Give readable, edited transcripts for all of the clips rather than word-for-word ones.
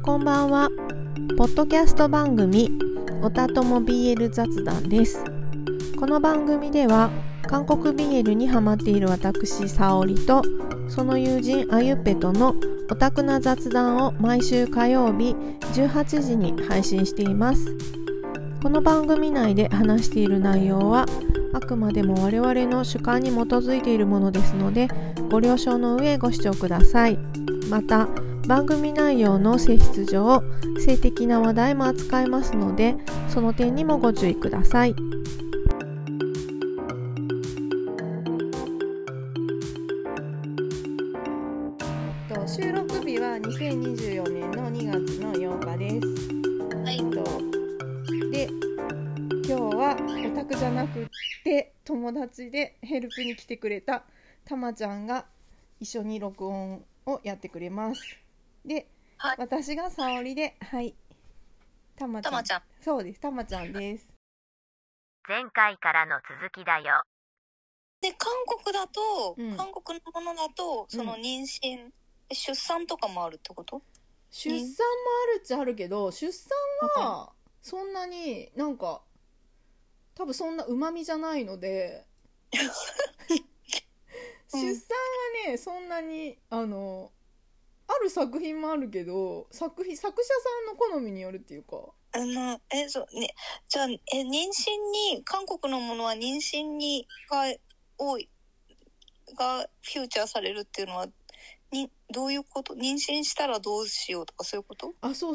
こんばんは。ポッドキャスト番組おたとも BL 雑談です。この番組では韓国 BL にハマっている私沙織とその友人あゆぺとのオタクな雑談を毎週火曜日18時に配信しています。この番組内で話している内容はあくまでも我々の主観に基づいているものですので、ご了承の上ご視聴ください。また番組内容の性質上性的な話題も扱いますので、その点にもご注意ください。収録日は2024年の2月の8日です。 はい。 で、今日はオタクじゃなくって友達でヘルプに来てくれたたまちゃんが一緒に録音をやってくれます。で、 はい、 私が沙織で、はい、たまちゃん。そうです、たまちゃんです。 前回からの続きだよ。 で、韓国だと、韓国のものだと、その妊娠、出産とかもあるってこと？ 出産もあるっちゃあるけど、出産はそんなになんか多分そんな旨味じゃないので出産はね、そんなにある作品もあるけど、作者さんの好みによるっていうか、 そうね。じゃあ妊娠に、韓国のものは妊娠にが多いがフューチャーされるっていうのはどういうこと？妊娠したらどうしようとかそういうこと？ あ、そう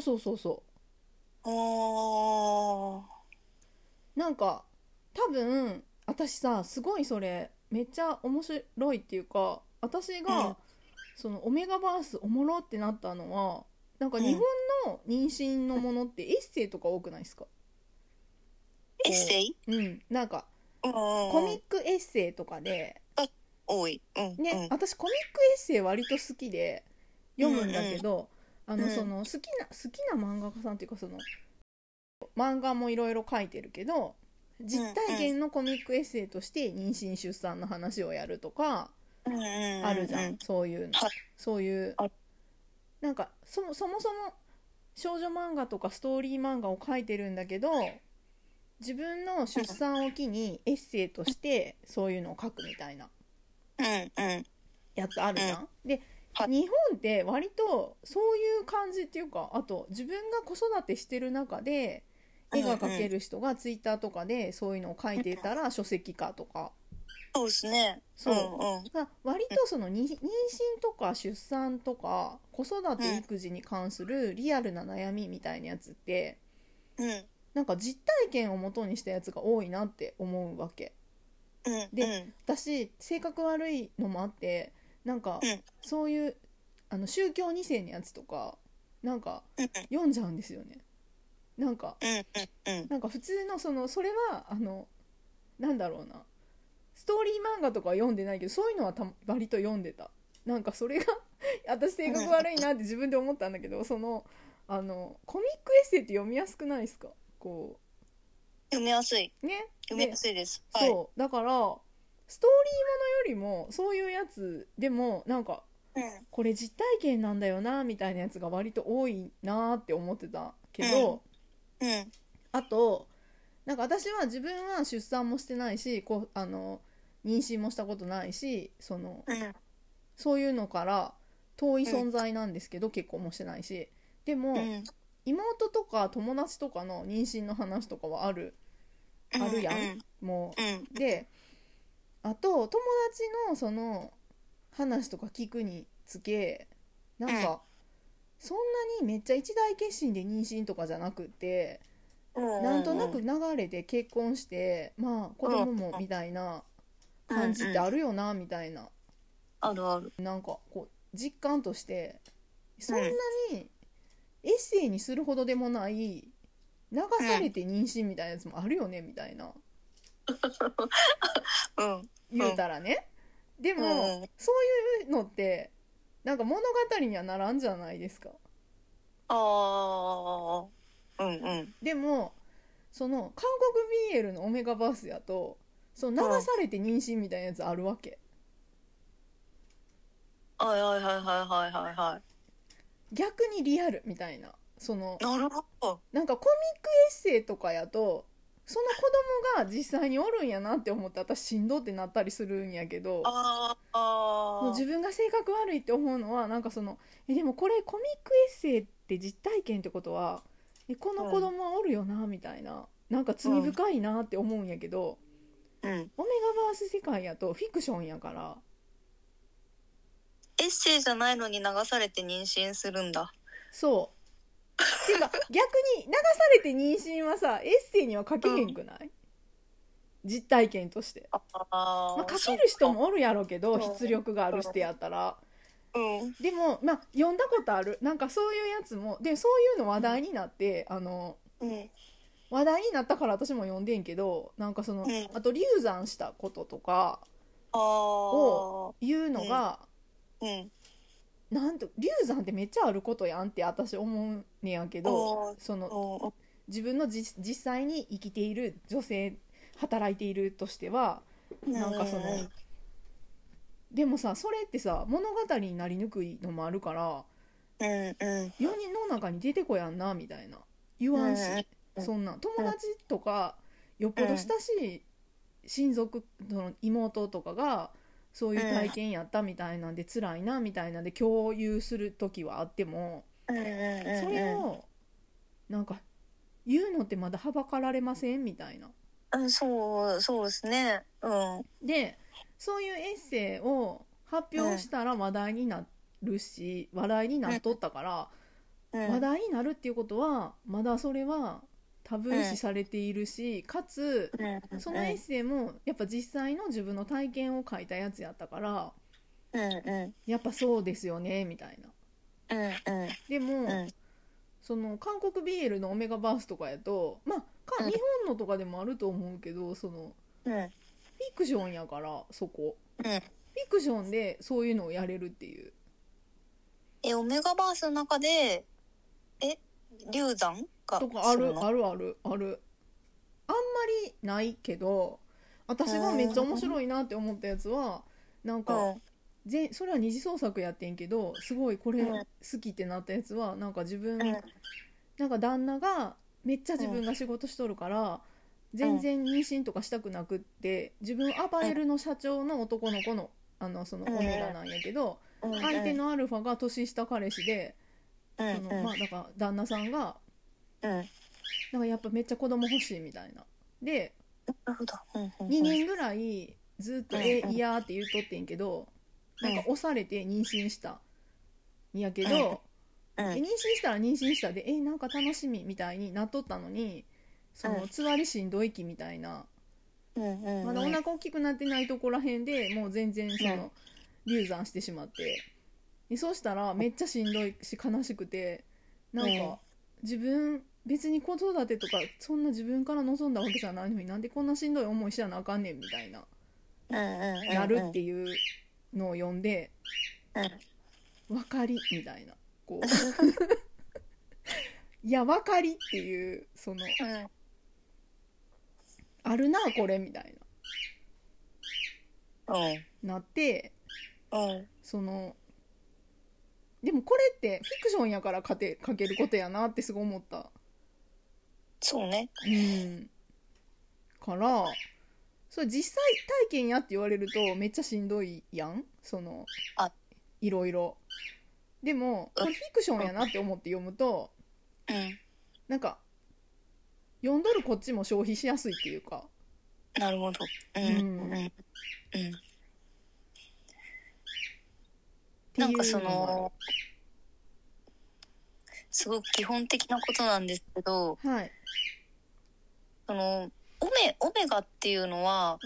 なんか多分私さ、すごいそれめっちゃ面白いっていうか、私が、そのオメガバースおもろってなったのは、なんか日本の妊娠のものってエッセイとか多くないですか？ エッセイ？ なんかコミックエッセイとかで多い。 ね、私コミックエッセイ割と好きで読むんだけど、その好きな漫画家さんっていうか、その漫画もいろいろ書いてるけど、実体験のコミックエッセイとして妊娠出産の話をやるとかあるじゃん、そういうの。そういうなんかそもそも少女漫画とかストーリー漫画を書いてるんだけど、自分の出産を機にエッセイとしてそういうのを書くみたいなやつあるじゃん。で、日本って割とそういう感じっていうか、あと自分が子育てしてる中で絵が描ける人がツイッターとかでそういうのを書いてたら書籍化とか。 そうですね。 割とその妊娠とか出産とか子育て育児に関するリアルな悩みみたいなやつって、なんか実体験を元にしたやつが多いなって思うわけ。で、私性格悪いのもあって、なんかそういう宗教2世のやつとかなんか読んじゃうんですよね。なんか普通のそれはなんだろうな、ストーリー漫画とかは読んでないけど、そういうのは割と読んでた。なんかそれが私性格悪いなって自分で思ったんだけど、そのコミックエッセイって読みやすくないですか？こう読みやすいね。 読みやすいです。 そうだからストーリーものよりもそういうやつでもなんか、これ実体験なんだよなみたいなやつが割と多いなって思ってたけど、あとなんか私は自分は出産もしてないし、妊娠もしたことないし、そういうのから遠い存在なんですけど、結婚もしてないし、でも、妹とか友達とかの妊娠の話とかはあるやん、もう。で、あと友達のその話とか聞くにつけ、なんかそんなにめっちゃ一大決心で妊娠とかじゃなくって、なんとなく流れで結婚してまあ子供もみたいな感じってあるよなみたいな、 あるなんかこう実感として、そんなにエッセイにするほどでもない流されて妊娠みたいなやつもあるよねみたいな、言うたらね。でも、そういうのってなんか物語にはならんじゃないですか。でもその韓国 BL のオメガバースやと、その流されて妊娠みたいなやつあるわけ。逆にリアルみたいな。 そのなるほど。 なんかコミックエッセイとかやとその子供が実際におるんやなって思って私しんどってなったりするんやけど、もう自分が性格悪いって思うのはなんかそのでもこれコミックエッセイって実体験ってことはこの子供はおるよなみたいな、なんか罪深いなって思うんやけど、 うん、 オメガバース世界やとフィクションやからエッセイじゃないのに流されて妊娠するんだ。 そうっていうか逆に流されて妊娠はさエッセイには書けへんくない、実体験として。まあ、書ける人もおるやろうけど出力がある人やったら、でもまあ読んだことある、なんかそういうやつもでそういうの話題になって話題になったから私も読んでんけど、なんかその、あと流産したこととかを言うのが、なんと流産ってめっちゃあることやんって私思うねやけど、その自分の実際に生きている女性働いているとしてはなんかその、でもさそれってさ物語になりにくいのもあるから、世の中に出てこやんなみたいな言わんし、そんな友達とかよっぽど親しい親族の妹とかがそういう体験やったみたいなんで辛いなみたいなんで共有する時はあっても、それをなんか言うのってまだはばかられませんみたいな。 そうですね。 でそういうエッセイを発表したら話題になるし、話題になっとったから、話題になるっていうことはまだそれはタブー視されているし、かつそのエッセイもやっぱ実際の自分の体験を書いたやつやったから、やっぱそうですよねみたいな。でも、その韓国 BL のオメガバースとかやとまあ日本のとかでもあると思うけど、そのフィクションやからそこ、フィクションでそういうのをやれるっていう。 オメガバースの中で流産がとかあるあるあるある。あんまりないけど私がめっちゃ面白いなって思ったやつはなんか、それは二次創作やってんけどすごいこれ好きってなったやつはなんか自分、なんか旦那がめっちゃ自分が仕事しとるから全然妊娠とかしたくなくって自分アパレルの社長の男の子のそのオメガなんやけど、相手のアルファが年下彼氏で、そのまあだから旦那さんがなんかやっぱめっちゃ子供欲しいみたいなで、2年ぐらいずっと嫌って言うとってんけど、なんか押されて妊娠したんやけど、妊娠したら妊娠したでなんか楽しみみたいになっとったのに、そのつわりしんどい期みたいな、まだお腹大きくなってないとこらへんでもう全然その流産してしまって、そうしたらめっちゃしんどいし悲しくて、なんか自分別に子育てとかそんな自分から望んだわけじゃないのになんでこんなしんどい思いしやなあかんねんみたいな、なるっていうのを読んで、分かりみたいなこういや分かりっていうその、あるなこれみたいな、なって、そのでもこれってフィクションやから書けることやなってすごい思った。 そうね。 からそれ実際体験やって言われるとめっちゃしんどいやん、そのいろいろ。でもこれフィクションやなって思って読むと、なんか読んどるこっちも消費しやすいっていうか。 なるほど。なんかそのすごく基本的なことなんですけど、そのオメガっていうのは、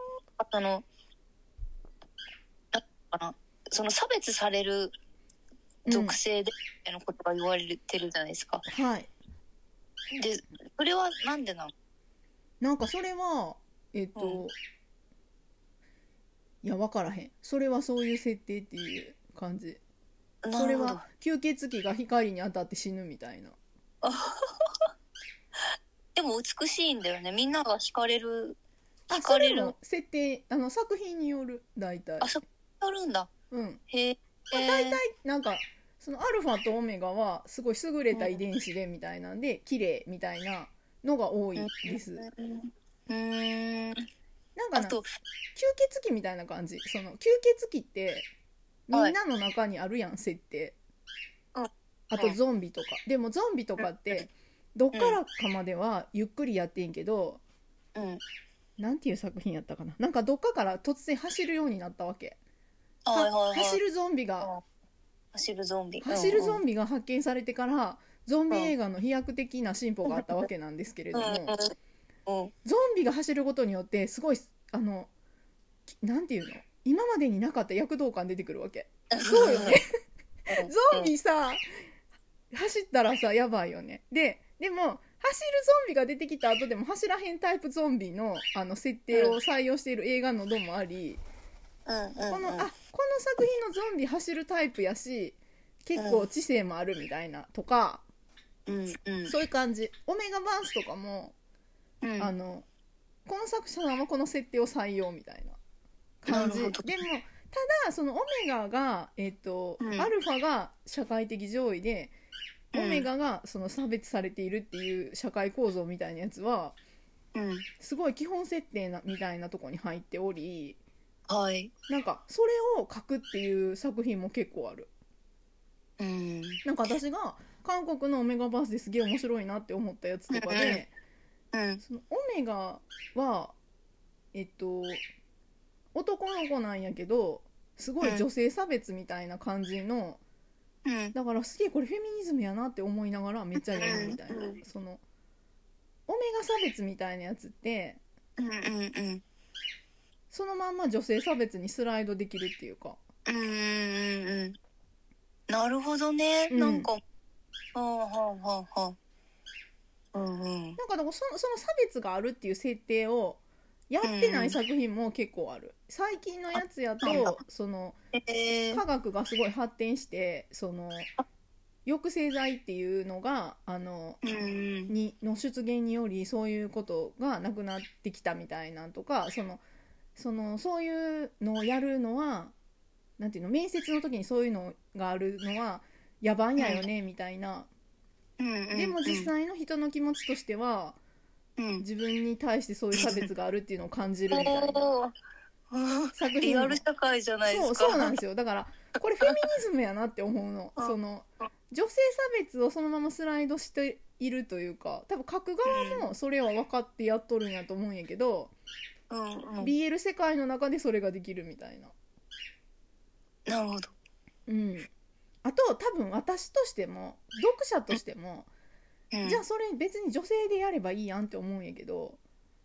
その差別される属性でのことが言われてるじゃないですか。でそれはなんでなの？ なんかそれはいや分からへん。それはそういう設定っていう感じ。それは吸血鬼が光に当たって死ぬみたいな。 でも美しいんだよね。みんなが惹かれる。 それも設定作品による大体。 それあるんだ。 大体なんかそのアルファとオメガはすごい優れた遺伝子でみたいなんで綺麗みたいなのが多いです。なんかな、吸血鬼みたいな感じ。その吸血鬼ってみんなの中にあるやん、設定。あとゾンビとか。でもゾンビとかってどっからかまではゆっくりやってんけど、なんていう作品やったかな、なんかどっかから突然走るようになったわけ。走るゾンビが発見されてからゾンビ映画の飛躍的な進歩があったわけなんですけれども、ゾンビが走ることによってすごいなんていうの、今までになかった躍動感出てくるわけ。そうよねゾンビさ走ったらさやばいよね。でも走るゾンビが出てきた後でも走らへんタイプゾンビの設定を採用している映画のどもあり、この作品のゾンビ走るタイプやし結構知性もあるみたいなとか、そういう感じ。オメガバースとかも、この作者さんはこの設定を採用みたいな感じ。でもただそのオメガが、アルファが社会的上位でオメガがその差別されているっていう社会構造みたいなやつは、すごい基本設定みたいなとこに入っており、なんかそれを書くっていう作品も結構ある。なんか私が韓国のオメガバースですげえ面白いなって思ったやつとかで、そのオメガは男の子なんやけどすごい女性差別みたいな感じの、だからすげえこれフェミニズムやなって思いながらめっちゃ読むみたいな、そのオメガ差別みたいなやつって、そのまんま女性差別にスライドできるっていうか。 なるほどね。なんかなんかだからその差別があるっていう設定をやってない作品も結構ある。最近のやつやとその科学がすごい発展してその抑制剤っていうのがの出現によりそういうことがなくなってきたみたいなんとか、そういうのをやるのはなんていうの、面接の時にそういうのがあるのは野蛮やよねみたいな、でも実際の人の気持ちとしては、自分に対してそういう差別があるっていうのを感じるみたいな作品。 リアル社会じゃないですか。そうなんですよ。だからこれフェミニズムやなって思うの。その女性差別をそのままスライドしているというか、多分書く側もそれは分かってやっとるんやと思うんやけど、BL 世界の中でそれができるみたいな。 なるほど。 あと多分私としても読者としても、じゃあそれ別に女性でやればいいやんって思うんやけど、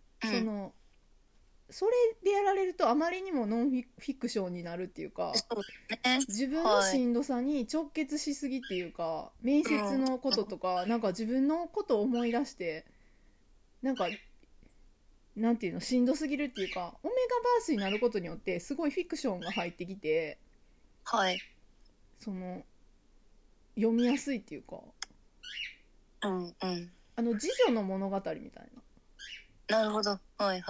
それでやられるとあまりにもノンフィクションになるっていうか、自分のしんどさに直結しすぎっていうか、面接のこととか、なんか自分のことを思い出してなんかなんていうの、しんどすぎるっていうか、オメガバースになることによってすごいフィクションが入ってきて、その読みやすいっていうか、次女の物語みたいな。なるほど。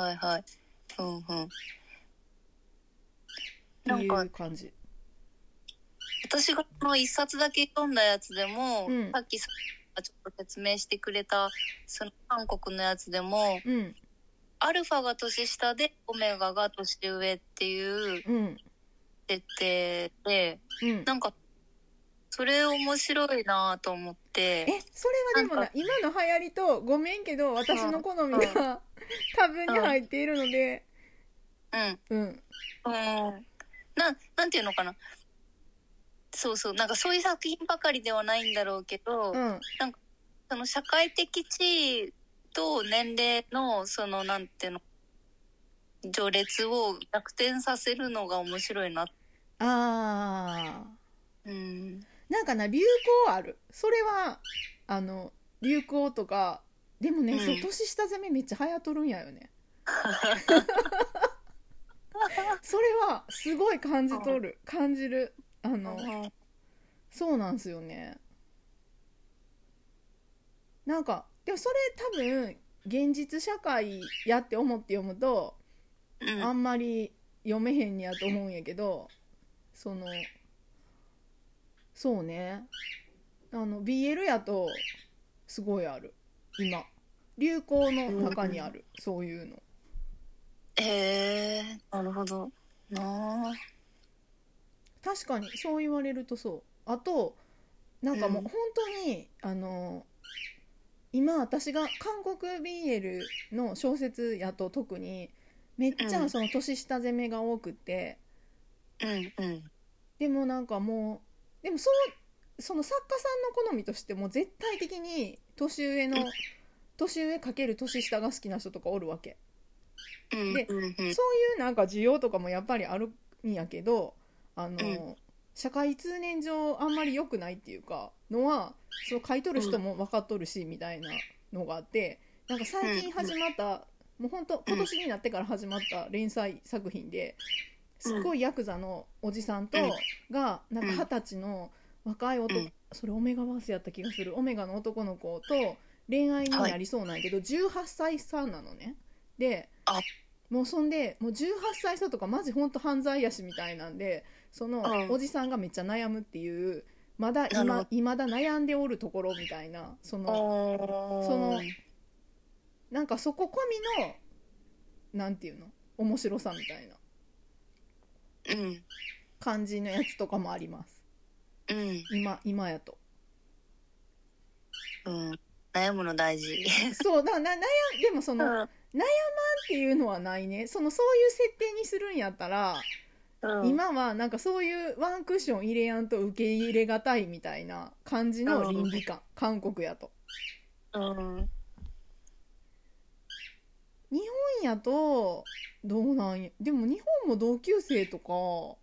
っていう感じ。 私がこの一冊だけ読んだやつでも、さっきちょっと説明してくれたその韓国のやつでも、アルファが年下でオメガが年上っていう設定で、なんかそれ面白いなと思って。 それはでもな、今の流行りとごめんけど私の好みが多分に入っているので、 なんていうのかな、なんかそういう作品ばかりではないんだろうけど、なんかその社会的地位と年齢のそのなんていうの、序列を逆転させるのが面白いな。 なんかな、流行ある。それは流行とかでもね、そう年下攻めめっちゃ流行っとるんやよねそれはすごい感じる。そうなんすよね。なんかでもそれ多分現実社会やって思って読むと、あんまり読めへんにやと思うんやけど、 そうね。BL やとすごいある。今流行の中にある、そういうの。 なるほどな。 確かにそう言われるとそう。あとなんかもう本当に、今私が韓国 BL の小説やと特にめっちゃその年下攻めが多くて、でもなんかもうでもその作家さんの好みとしても絶対的に年上かける年下が好きな人とかおるわけで、そういうなんか需要とかもやっぱりあるんやけど、社会通念上あんまり良くないっていうかのはその書いとる人も分かっとるし、みたいなのがあって、なんか最近始まった、もうほんと今年になってから始まった連載作品ですっごいヤクザのおじさんとがなんか20歳の若い男、それオメガバースやった気がする、オメガの男の子と恋愛になりそうなんやけど、18歳差なのね。でもうそんでもう18歳差とかマジほんと犯罪やしみたいなんで、そのおじさんがめっちゃ悩むっていう、まだ今だ悩んでおるところみたいな、そのなんかそこ込みのなんていうの面白さみたいな感じのやつとかもあります、今やと。 悩むの大事。 そうだでもその、悩まんっていうのはないね。そういう設定にするんやったら、今はなんかそういうワンクッション入れやんと受け入れがたいみたいな感じの倫理観、韓国やと。日本やとどうなんや。でも日本も同級生とか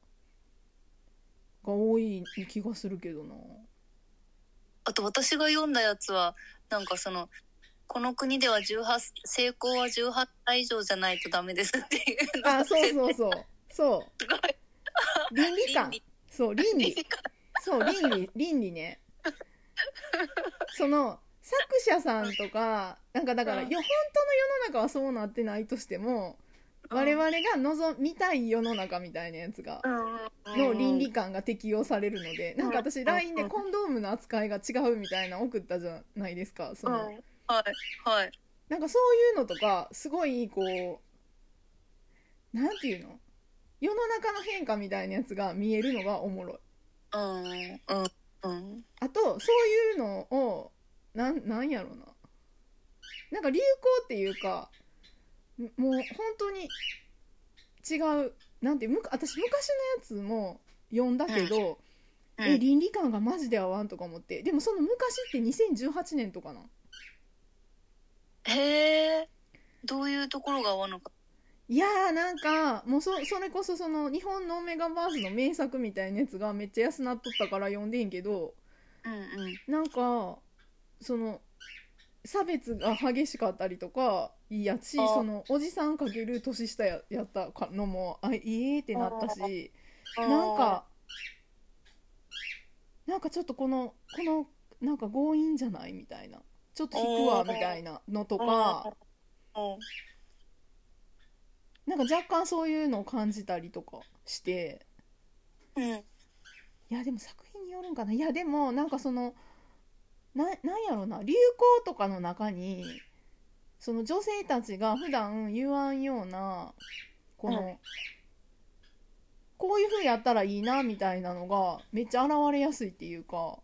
が多い気がするけどな。 あと私が読んだやつはなんかこの国では成功は18歳以上じゃないとダメですっていうの。 あ、そう倫理観、そう倫理ね。その作者さんとかなんかだから本当の世の中はそうなってないとしても、我々が望みたい世の中みたいなやつがの倫理観が適用されるので、なんか私 LINE でコンドームの扱いが違うみたいな送ったじゃないですか。なんかそういうのとかすごいこうなんていうの、世の中の変化みたいなやつが見えるのがおもろい。あとそういうのをなんやろうな、なんか流行っていうかもう本当に違う、なんて私昔のやつも読んだけど、倫理観がマジで合わんとか思って。でもその昔って2018年とかな。 へえ、どういうところが合わなかった？ いやーなんかもうそれこそその日本のオメガバースの名作みたいなやつがめっちゃ安なっとったから読んでんけど、なんかその差別が激しかったりとかやし、そのおじさんかける年下やったのもってなったし、なんかちょっとこのなんか強引じゃないみたいな、ちょっと引くわみたいなのとか、なんか若干そういうのを感じたりとかして、いやでも作品によるんかな。いやでもなんかそのなんやろな、流行とかの中にその女性たちが普段言わんようなこういう風やったらいいなみたいなのがめっちゃ現れやすいっていうか、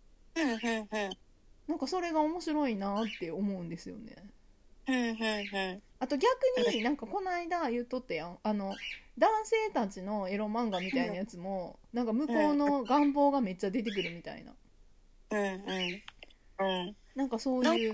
なんかそれが面白いなって思うんですよね。あと逆になんかこの間言っとったやん、男性たちのエロ漫画みたいなやつもなんか向こうの願望がめっちゃ出てくるみたいな、なんかそういう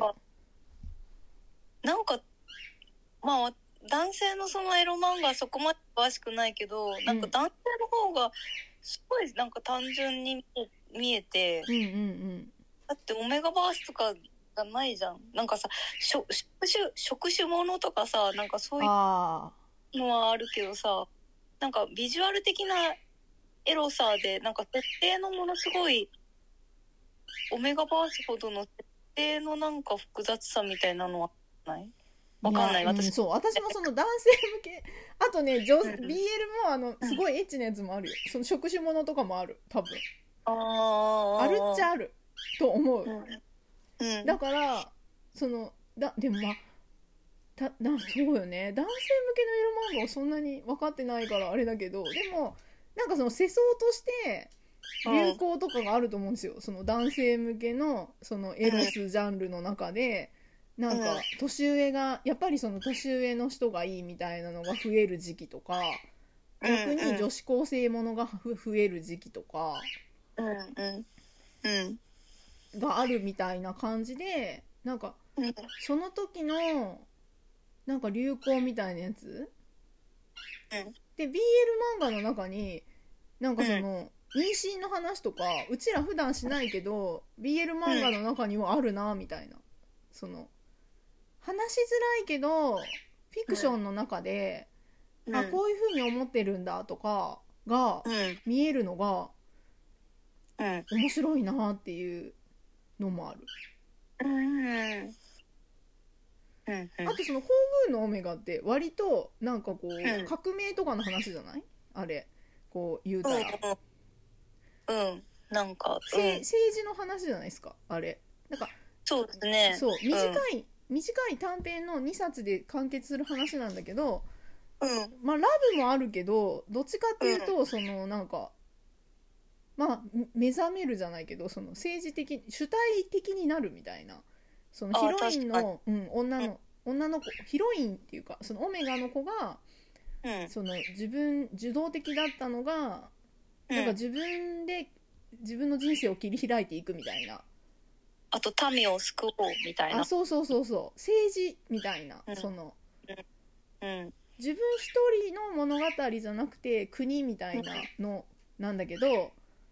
なんかまあ男性のそのエロ漫画はそこまで詳しくないけど、なんか男性の方がすごいなんか単純に見えて、だってオメガバースとかがないじゃん。なんかさ、触手ものとかさ、なんかそういうのはあるけどさ、なんかビジュアル的なエロさでなんか設定のものすごいオメガバースほどの設定のなんか複雑さみたいなのはない？わかんない。 私もその男性向け、あとねBL もすごいエッチなやつもあるよ。その触手ものとかもある多分。 あるっちゃあると思う、だからでもそうよね、男性向けのエロ漫画はそんなに分かってないからあれだけど、でもなんかその世相として流行とかがあると思うんですよ、その男性向けのそのエロスジャンルの中で、なんか年上がやっぱりその年上の人がいいみたいなのが増える時期とか、逆に女子高生ものが増える時期とかがあるみたいな感じで、なんかその時のなんか流行みたいなやつで BL 漫画の中になんかその妊娠の話とかうちら普段しないけど BL 漫画の中にはあるなみたいな、その話しづらいけどフィクションの中であこういう風に思ってるんだとかが見えるのが面白いなっていうのもある。あとその皇宮のオメガって割となんかこう革命とかの話じゃない？あれこう言うたらなんか政治の話じゃないですかあれ。なんかそうですね。 そう短い短編の2冊で完結する話なんだけど、まあラブもあるけどどっちかっていうとそのなんかまあ目覚めるじゃないけどその政治的主体的になるみたいな、そのヒロインの、女の子ヒロインっていうかそのオメガの子が、その受動的だったのが、なんか自分で自分の人生を切り開いていくみたいな、 あと民を救おうみたいな、 あそう政治みたいな、その、自分一人の物語じゃなくて国みたいなのなんだけど、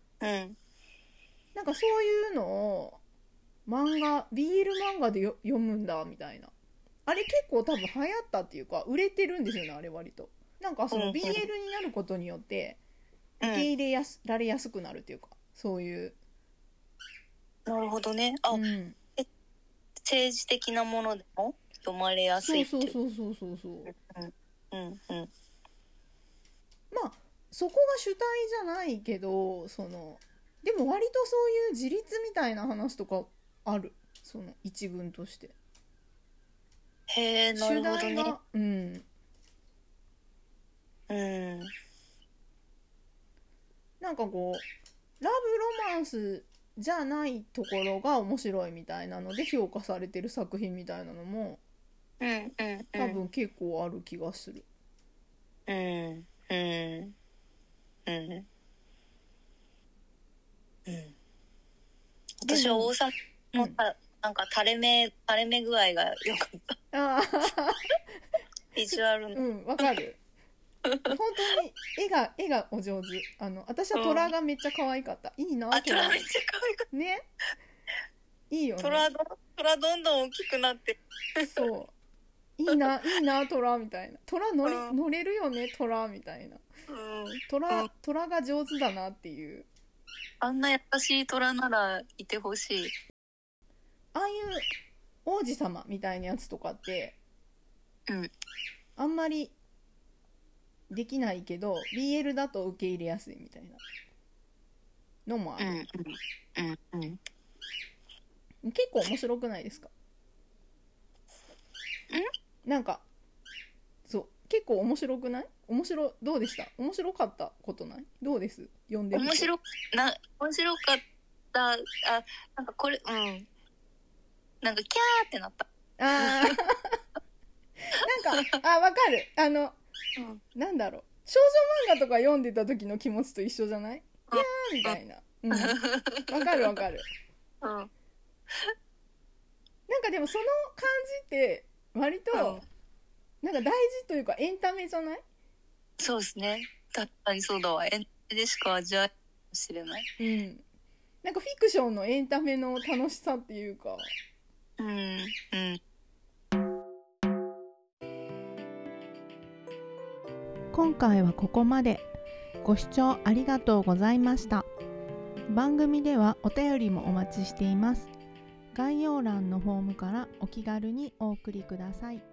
なんかそういうのをBL 漫画で読むんだみたいな、あれ結構多分流行ったっていうか売れてるんですよねあれ割と。なんかその BL になることによって受け入れられやすくなるっていうか、そういう。 なるほどね。政治的なものでも読まれやすいっていう。 そうまあそこが主体じゃないけど、そのでも割とそういう自立みたいな話とかある、その一文として。 へえ、なるほどね。 なんかこうラブロマンスじゃないところが面白いみたいなので評価されてる作品みたいなのも、多分結構ある気がする。 私は大阪のなんか垂れ目具合が良かった。ビジュアルの。 わかる。本当に絵がお上手。私は虎がめっちゃ可愛かった。いいな。 虎めっちゃ可愛かった。 ね。いいよね。 虎どんどん大きくなって。 そう。いいな虎みたいな。虎乗れるよね虎みたいな。虎が上手だなっていう。 あんな優しい虎ならいてほしい。 ああいう王子様みたいなやつとかって、あんまりできないけど BL だと受け入れやすいみたいなのもある。結構面白くないですか？なんかそう結構面白くない？どうでした？面白かったことない？どうです？読んでると。 面白かった。なんかこれなんかキャーってなった。 なんかわかる。なんだろう、少女漫画とか読んでた時の気持ちと一緒じゃない？キャーみたいな。わかる。なんかでもその感じって割となんか大事というかエンタメじゃない？ そうですね。確かにそうだわ。エンタメでしか味わえないかもしれない。 なんかフィクションのエンタメの楽しさっていうか。今回はここまで。ご視聴ありがとうございました。番組ではお便りもお待ちしています。概要欄のフォームからお気軽にお送りください。